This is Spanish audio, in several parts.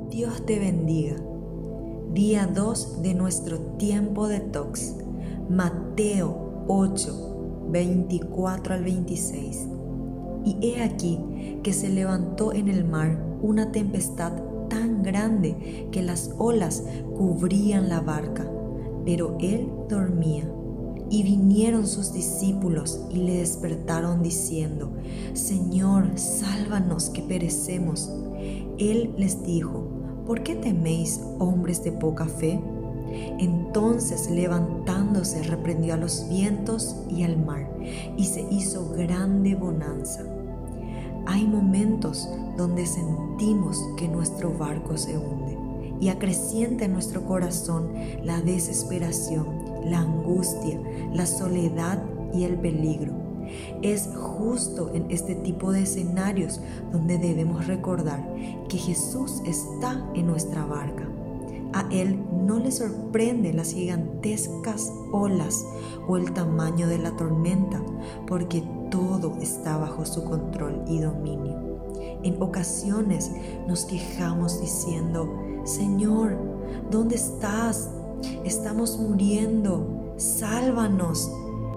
Dios te bendiga. Día 2 de nuestro tiempo detox. Mateo 8, 24 al 26. Y he aquí que se levantó en el mar una tempestad tan grande que las olas cubrían la barca, pero él dormía. Y vinieron sus discípulos y le despertaron diciendo: Señor, sálvanos que perecemos. Él les dijo: ¿por qué teméis, hombres de poca fe? Entonces, levantándose, reprendió a los vientos y al mar, y se hizo grande bonanza. Hay momentos donde sentimos que nuestro barco se hunde y acrecienta en nuestro corazón la desesperación, la angustia, la soledad y el peligro. Es justo en este tipo de escenarios donde debemos recordar que Jesús está en nuestra barca. A Él no le sorprende las gigantescas olas o el tamaño de la tormenta, porque todo está bajo su control y dominio. En ocasiones nos quejamos diciendo: Señor, ¿dónde estás? Estamos muriendo, sálvanos.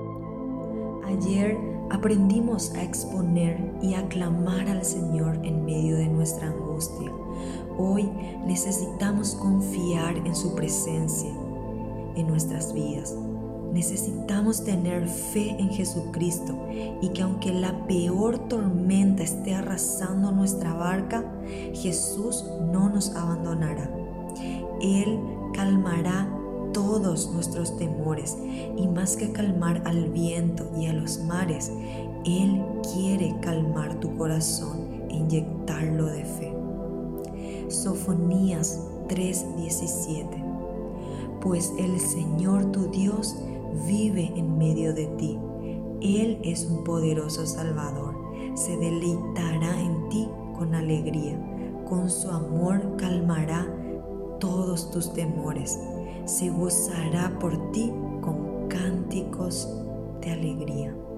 Ayer aprendimos a exponer y a clamar al Señor en medio de nuestra angustia. Hoy necesitamos confiar en su presencia en nuestras vidas. Necesitamos tener fe en Jesucristo y que aunque la peor tormenta esté arrasando nuestra barca, Jesús no nos abandonará. Él calmará todos nuestros temores, y más que calmar al viento y a los mares, Él quiere calmar tu corazón e inyectarlo de fe. Sofonías 3:17. Pues el Señor tu Dios vive en medio de ti. Él es un poderoso Salvador. Se deleitará en ti con alegría. Con su amor calmará todos tus temores. Se gozará por ti con cánticos de alegría.